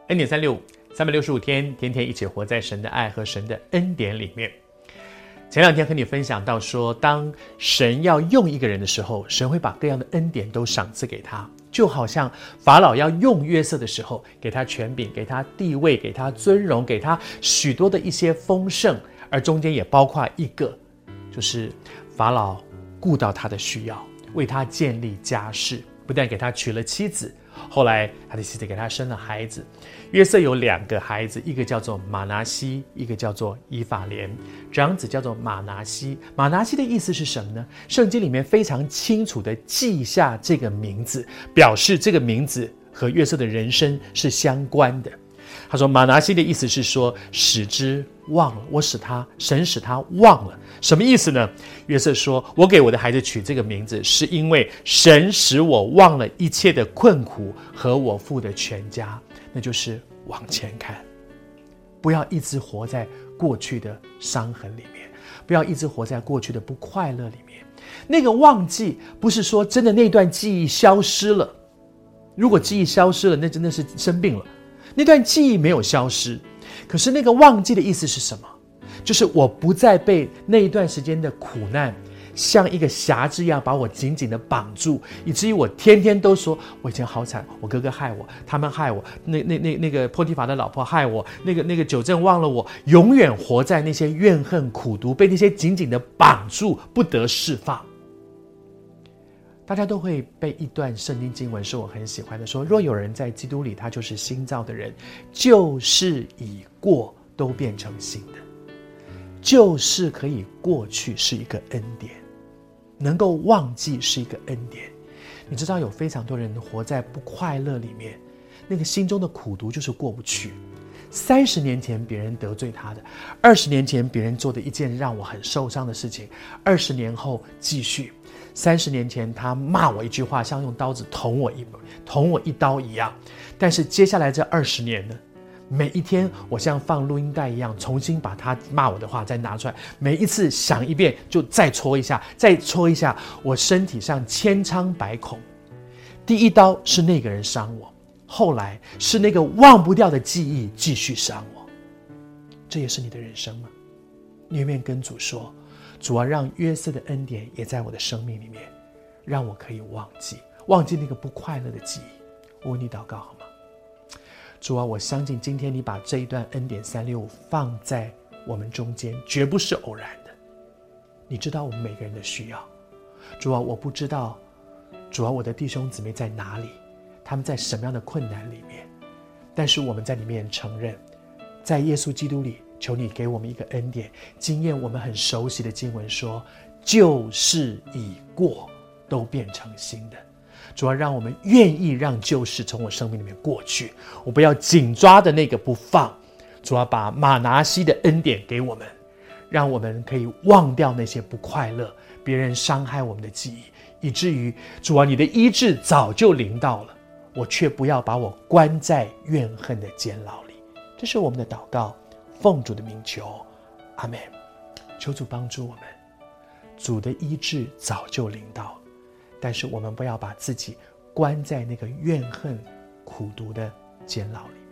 恩典365 365天，天天一起活在神的爱和神的恩典里面。前2天和你分享到说，当神要用一个人的时候，神会把各样的恩典都赏赐给他，就好像法老要用约瑟的时候，给他权柄，给他地位，给他尊荣，给他许多的一些丰盛，而中间也包括一个，就是法老顾到他的需要，为他建立家室，不但给他娶了妻子，后来他的妻子给他生了孩子。约瑟有2个孩子，一个叫做马拿西，一个叫做以法莲。长子叫做马拿西。马拿西的意思是什么呢？圣经里面非常清楚地记下这个名字，表示这个名字和约瑟的人生是相关的。他说马拿西的意思是说，使之忘了，神使他忘了。什么意思呢？约瑟说，我给我的孩子取这个名字，是因为神使我忘了一切的困苦和我父的全家。那就是往前看，不要一直活在过去的伤痕里面，不要一直活在过去的不快乐里面。那个忘记不是说真的那段记忆消失了，如果记忆消失了，那真的是生病了。那段记忆没有消失，可是那个忘记的意思是什么？就是我不再被那一段时间的苦难像一个匣子一样把我紧紧的绑住，以至于我天天都说我以前好惨，我哥哥害我，他们害我，那个波提乏的老婆害我，那个酒政忘了我，永远活在那些怨恨苦毒，被那些紧紧的绑住，不得释放。大家都会背一段圣经经文是我很喜欢的，说若有人在基督里，他就是新造的人，旧事已过，都变成新的。旧事可以过去是一个恩典，能够忘记是一个恩典。你知道有非常多人活在不快乐里面，那个心中的苦毒就是过不去。30年前别人得罪他的，20年前别人做的一件让我很受伤的事情，20年后继续。30年前他骂我一句话，像用刀子捅我一刀一样，但是接下来这20年呢，每一天我像放录音带一样，重新把他骂我的话再拿出来，每一次想一遍就再戳一下，再戳一下，我身体上千疮百孔。第一刀是那个人伤我，后来是那个忘不掉的记忆继续伤我。这也是你的人生吗？你有没有跟主说，主啊，让约瑟的恩典也在我的生命里面，让我可以忘记那个不快乐的记忆。我为你祷告好吗？主啊，我相信今天你把这一段恩典365放在我们中间，绝不是偶然的。你知道我们每个人的需要。主啊，我不知道，主啊，我的弟兄姊妹在哪里，他们在什么样的困难里面，但是我们在里面承认，在耶稣基督里，求你给我们一个恩典，经验我们很熟悉的经文说，旧事已过，都变成新的。主要让我们愿意让旧事从我生命里面过去，我不要紧抓的那个不放。主要把马拿西的恩典给我们，让我们可以忘掉那些不快乐，别人伤害我们的记忆，以至于主啊，你的医治早就临到了，我却不要把我关在怨恨的监牢里。这是我们的祷告，奉主的名求，阿们。求主帮助我们，主的医治早就临到了，但是我们不要把自己关在那个怨恨苦毒的监牢里。